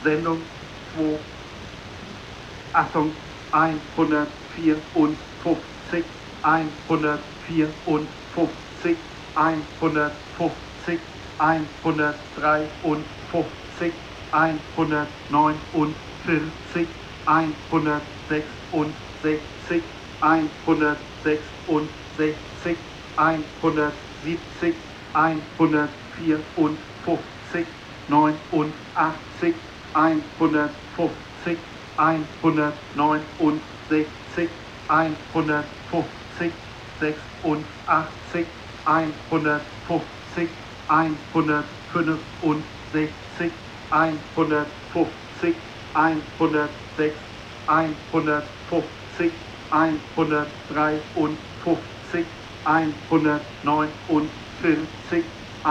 Sendung 2. Achtung, 154, 154, 153, 154, 159, 166, 166, 166, 170, 154, 89, 150, 169, 150, 86, 150, 165, 150, 106, 150, 153, 149,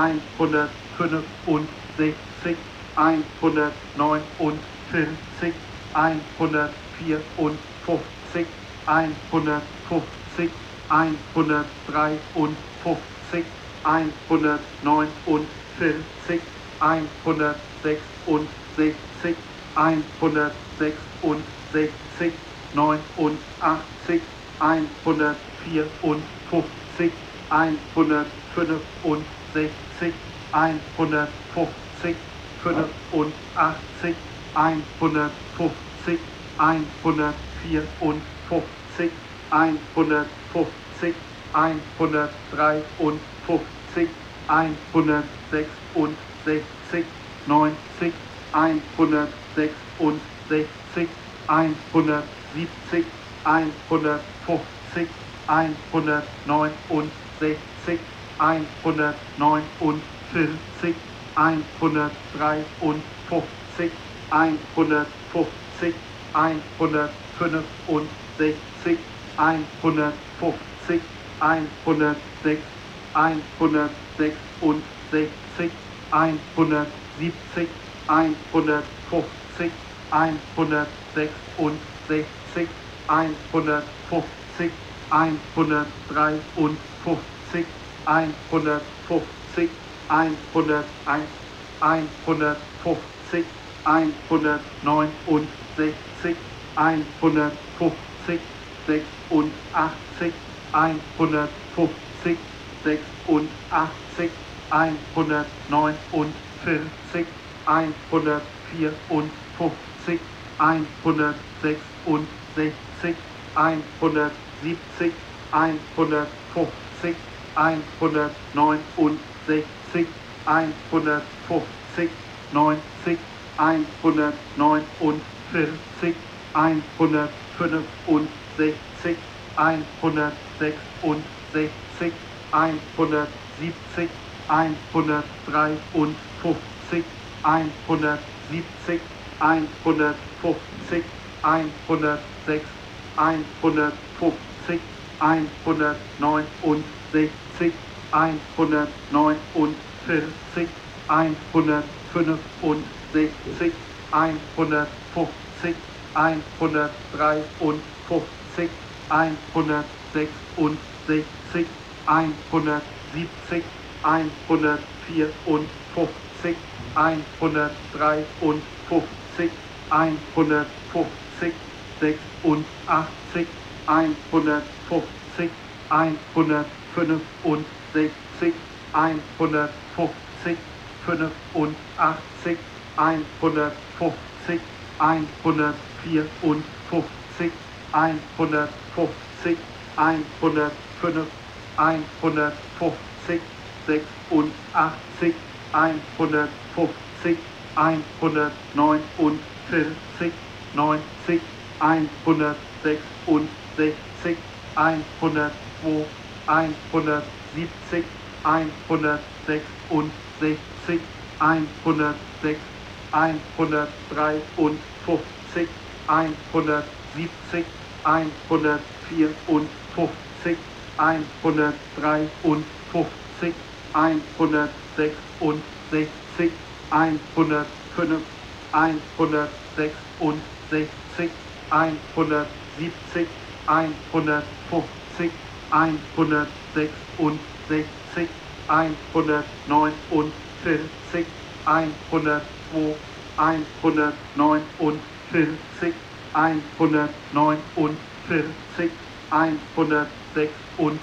165, 149, 154, 150, 153, 149, 166, 166, 166, 89, 154, 165, 150, 85, 150, 154, 150, 153, 166, 90, 166, 170, 150, 169, 149, 153, 153, 150, 165, 150, 106, 166, 170, 150, 166, 150, 153, 150, 150, 101, 150, 169, 150, 86, 150, 86, 149, 150, 154, 106, 170, 170, 150, 109, 160, 150, 90, 109, 140, 165, 106, 166, 170, 103, 150, 170, 150, 106, 150, 109, 160, 109, 140, 165, 160, 150, 103, 150, 106, 160, 170, 104, 150, 103, 150, 150, 86, 150, 165, 150, 150, 85, 150, 104, 150, 150, 105, 150, 86, 150, 109, 140, 90, 106, 160, 102, 170, 106, 160, 106, 103, 150, 170, 104, 150, 103, 150, 106, 160, 105, 106, 160, 170, 150, 106, 160, 109, 140, 102, 149, 149, 166,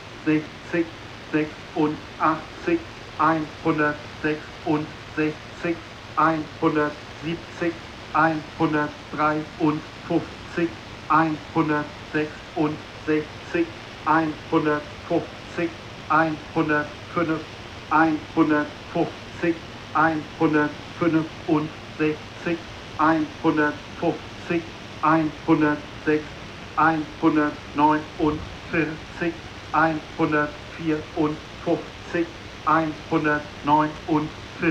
86, 166, 170, 153, 166, 150, 105, 150, 165, 150, 106, 149, 154, 149,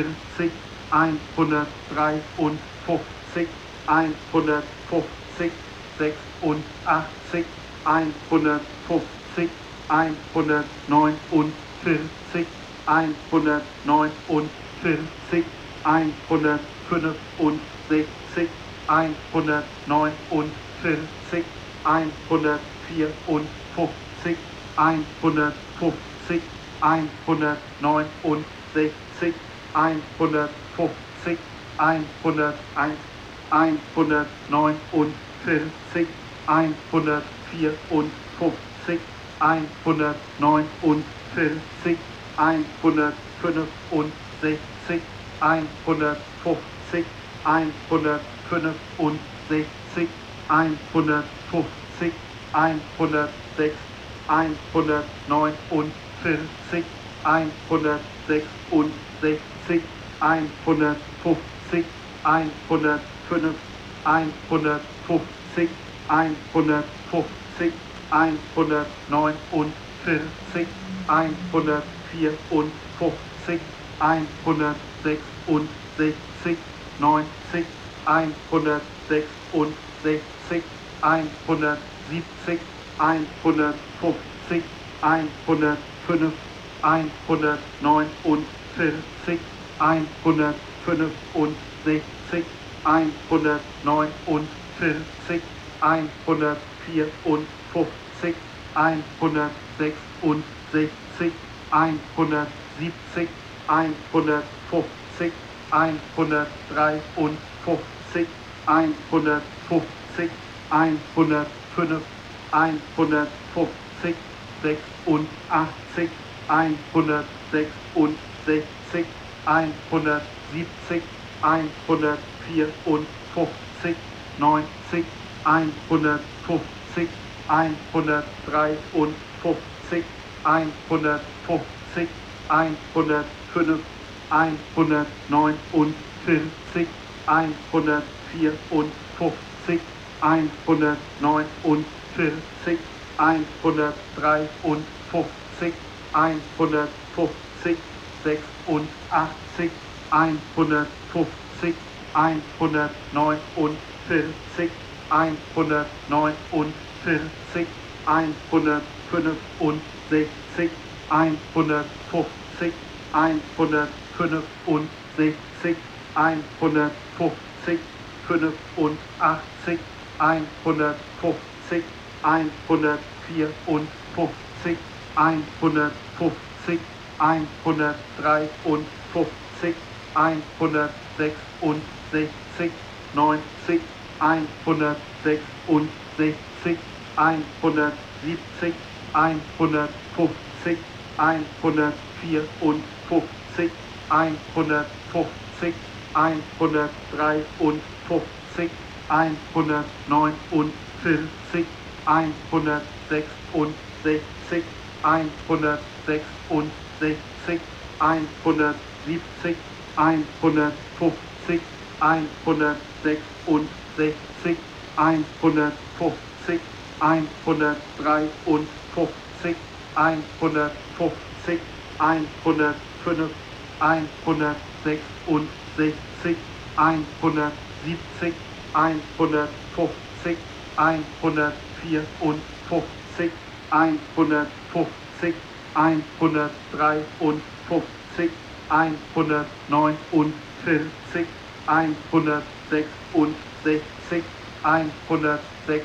153, 150, 86, 150, 149, 149, 165, 149, 154, 150, 169, 150, 101, 149, 154, 149, 165, 150, 165, 150, 106, 149, 166, 150, 105, 150, 150, 149, 154, 166, 90, 166, 170, 150, 105, 149, 165, 149, 154, 166, 170, 150, 153, 150, 105, 150, 86, 166, 170, 154, 90, 150, 153, 150, 105, 149, 154, 149, 153, 150, 86, 150, 149, 149, 165, 150, 165, 150, 85, 150, 154, 150, 153, 166, 90, 166, 170, 150, 154, 150, 153, 149, 166, 166, 170, 150, 166, 150, 153, 150, 105, 166, 170, 150, 154, 150, 153, 109, 150, 166, 166,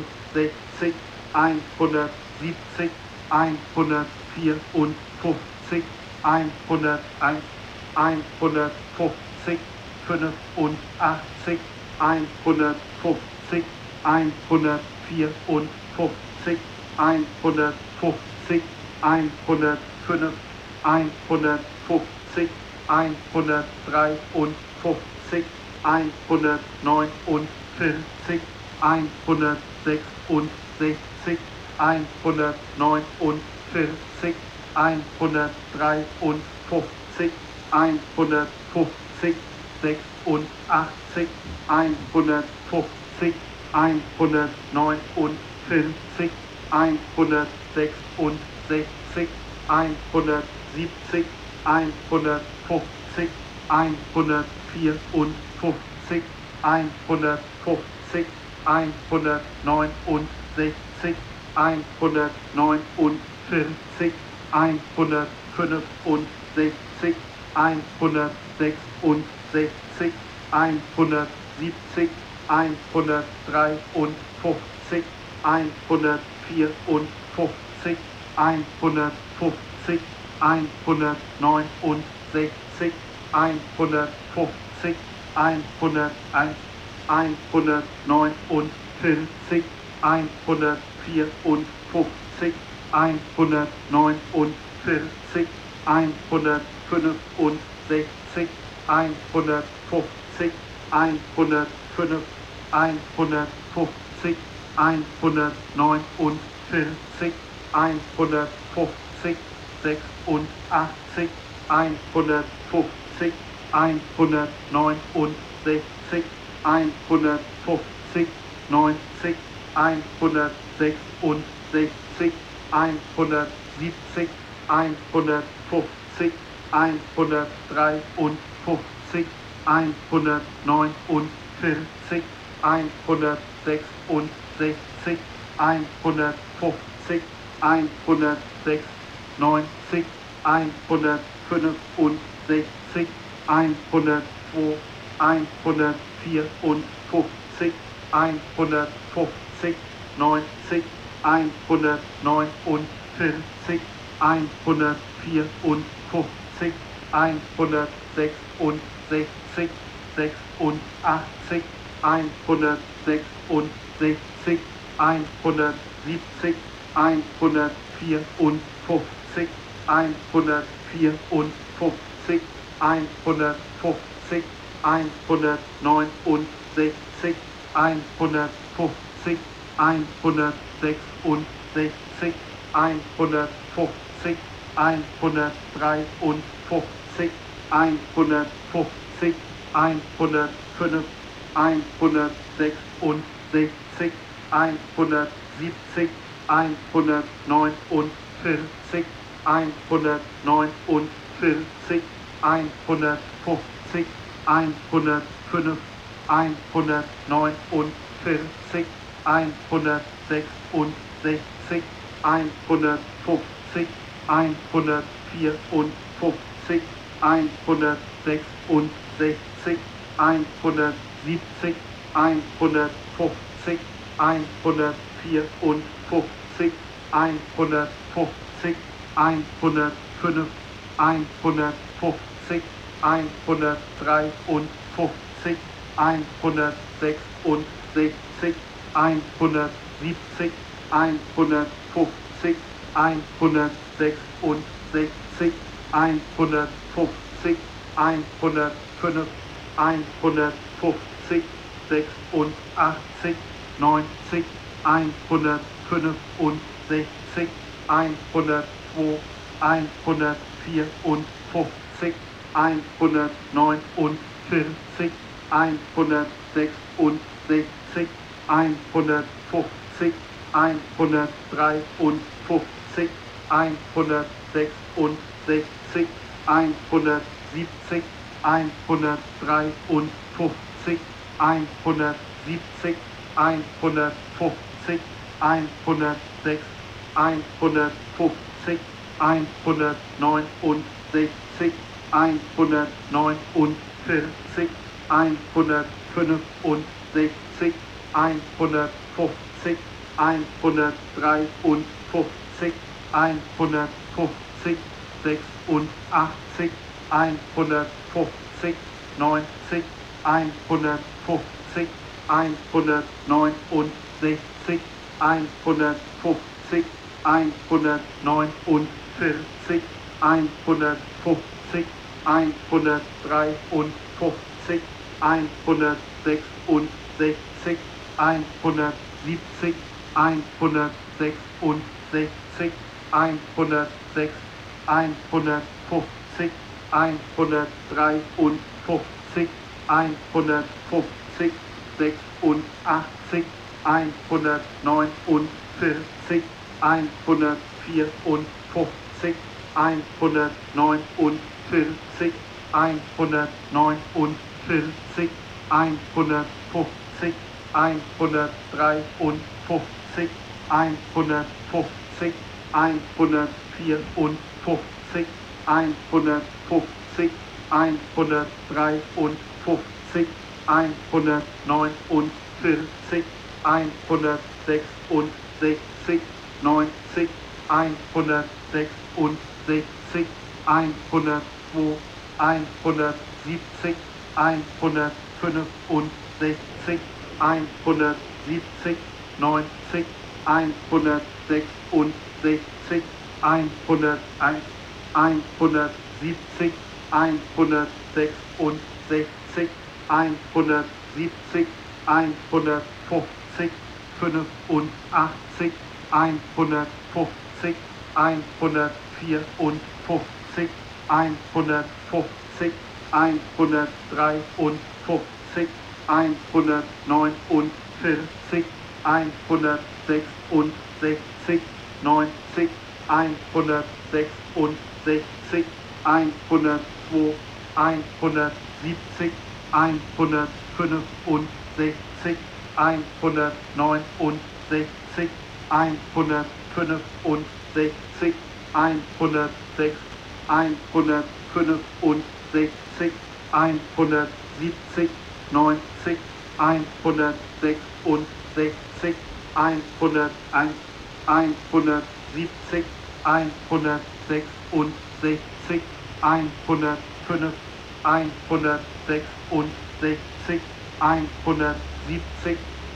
170, 104, 101, 150, 185, 150, 154, 150, 105, 150, 153, 149, 166, 149, 153, 150, 86, 150, 149, 166, 170, 150, 154, 150, 169, 149, 165, 166, 170, 153, 154, 150, 169, 150, 101, 149, 154, 149, 165, 150, 105, 150, 149, 150, 86, 150, 169, 150, 90, 166, 170, 150, 153, 149, 166, 150, 196, 90, 165, 104, 154, 150, 90, 149, 104, 150, 166, 86, 166, 170, 154, 154, 150, 150, 169, 150, 166, 150, 153, 150, 105, 166, 170, 149, 149, 150, 105, 149, 166, 150, 104, 150, 166, 170, 150, 104, 150, 150, 105, 150, 103, 150, 166, 170, 150, 166, 150, 105, 150, 86, 90, 105, 102, 104, 150, 109, 150, 106, 160, 150, 103, 150, 106, 160, 170, 103, 150, 170, 150, 106, 150, 109, 160, 149, 150, 165, 150, 103, 150, 150, 86, 150, 190, 150, 169, 150, 149, 150, 153, 166, 170, 166, 106, 150, 153, 150, 86, 149, 154, 149, 149, 150, 153, 150, 154, 150, 153, 149, 166, 90, 166, 102, 170, 165, 170, 90, 166, 101, 170, 166, 170, 150, 85, 150, 154, 150, 153, 149, 166, 90, 166, 102, 170, 165, 169, 165, 106, 165, 170, 90, 166, 101, 170, 166, 105, 166, 170,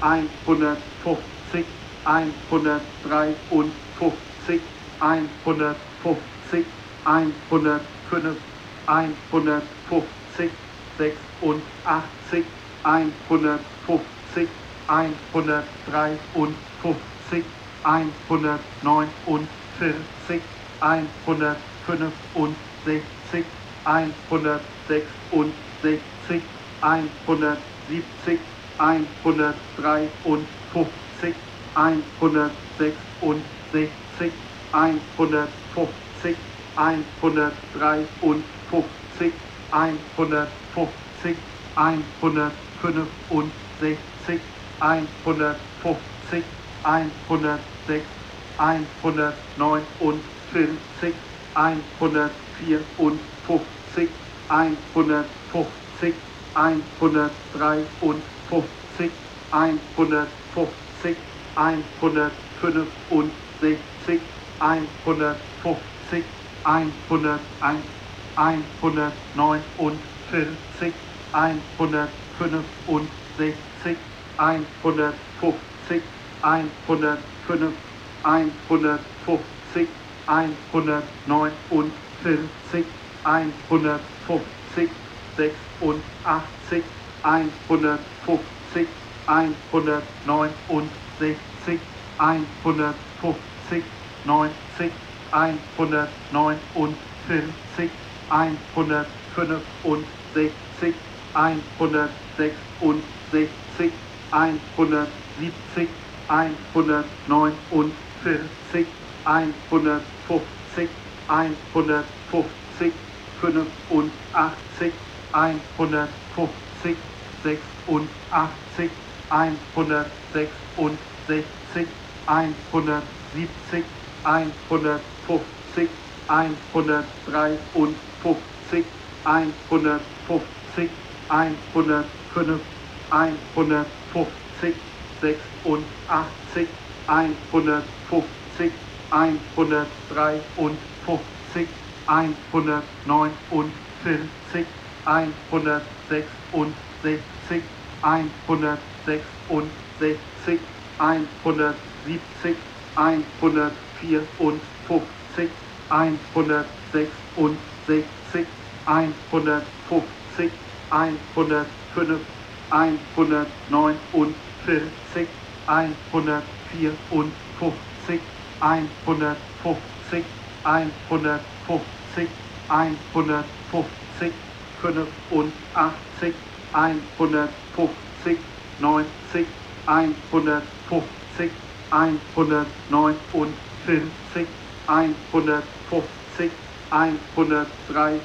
150, 153, 150, 105, 150, 86, 150, 153, 149, 165, 166, 170, 153, 166, 150, 153, 150, 165, 150, 106, 149, 154, 150, 103, 150, 150, 165, 150, 101, 149, 165, 150, 105, 150, 149, 150, 86, 150, 159, 150, 90, 109, 150, 165, 166, 170, 109, 150, 150, 150, 85, 150, 86, 166, 170, 150, 103, 150, 150, 105, 150, 86, 150, 103, 150, 109, 150, 166, 166, 170, 154, 166, 150, 105, 149, 154, 150, 150, 150, 85, 150, 90, 150, 149, 150, 153,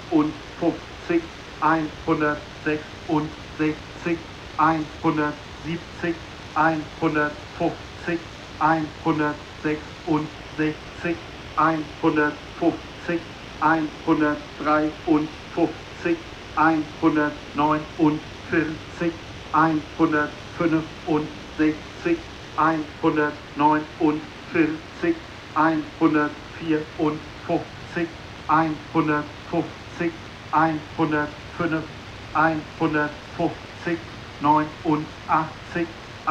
166, 170, 150, 166, 150, 153, 149, 165, 149, 154, 150, 105, 150, 89,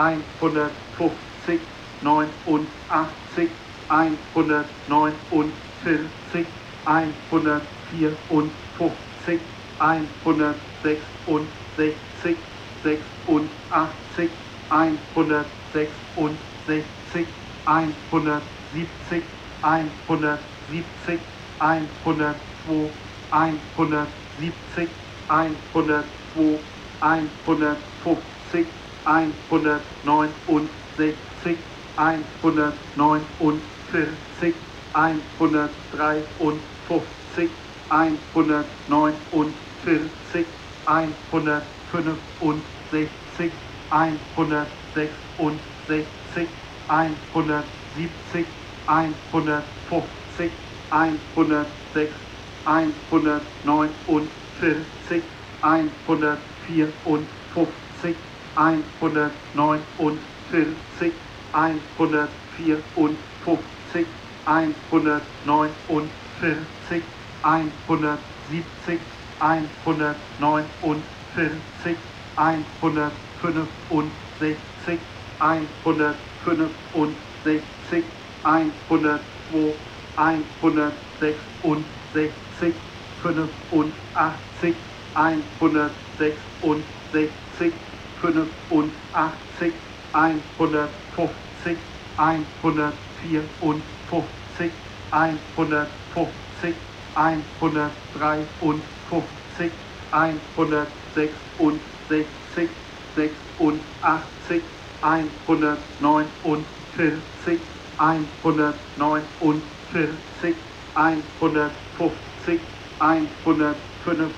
150, 89, 149, 154, 166, 86, 166, 170, 170, 102, 170, 102, 150, 169, 149, 153, 149, 165, 166, 170, 150, 106, 149, 154, 149, 154, 149, 170, 149, 165, 165, 102, 166, 85, 166, 85, 150, 154, 150, 153, 166, 86, 149, 149, 150, 105,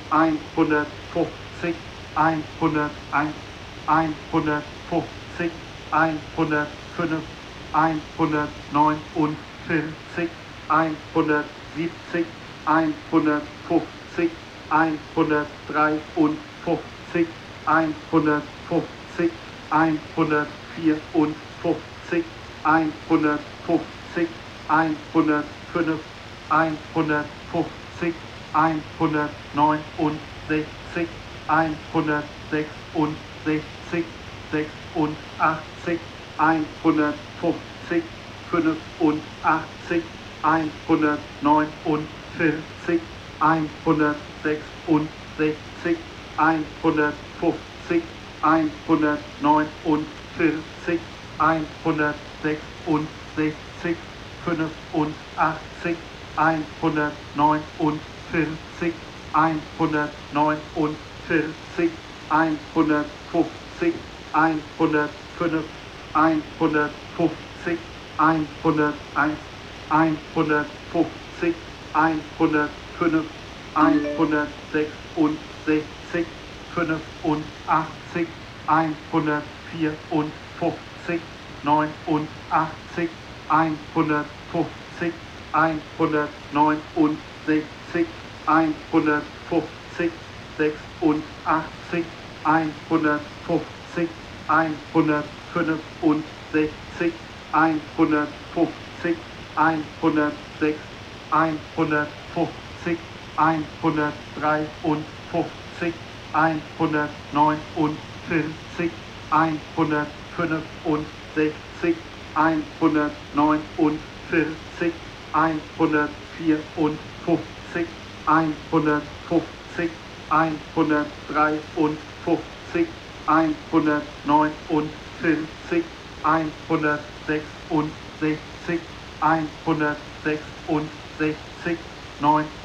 150, 101, 150, 105, 149, 170, 150, 153, 154, 150, 154, 150, 105, 150, 109, 160, 166, 86, 150, 85, 109, 140, 166, 150, 109, 140, 106, 160, 85, 109, 140, 109, 140, 150, 105, 150, 101, 150, 105, 166, 85, 154, 89, 150, 109, 160, 150, 86, 150, 105, 160, 150, 106, 150, 103, 149, 165, 149, 154, 150, 153, 149, 166, 166, 89,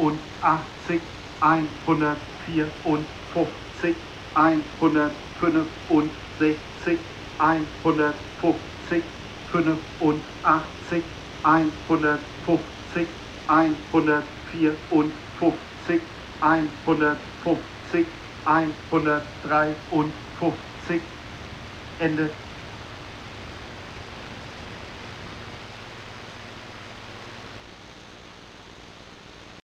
154, 165, 150, 85, 150, 154, 150, 153, Ende.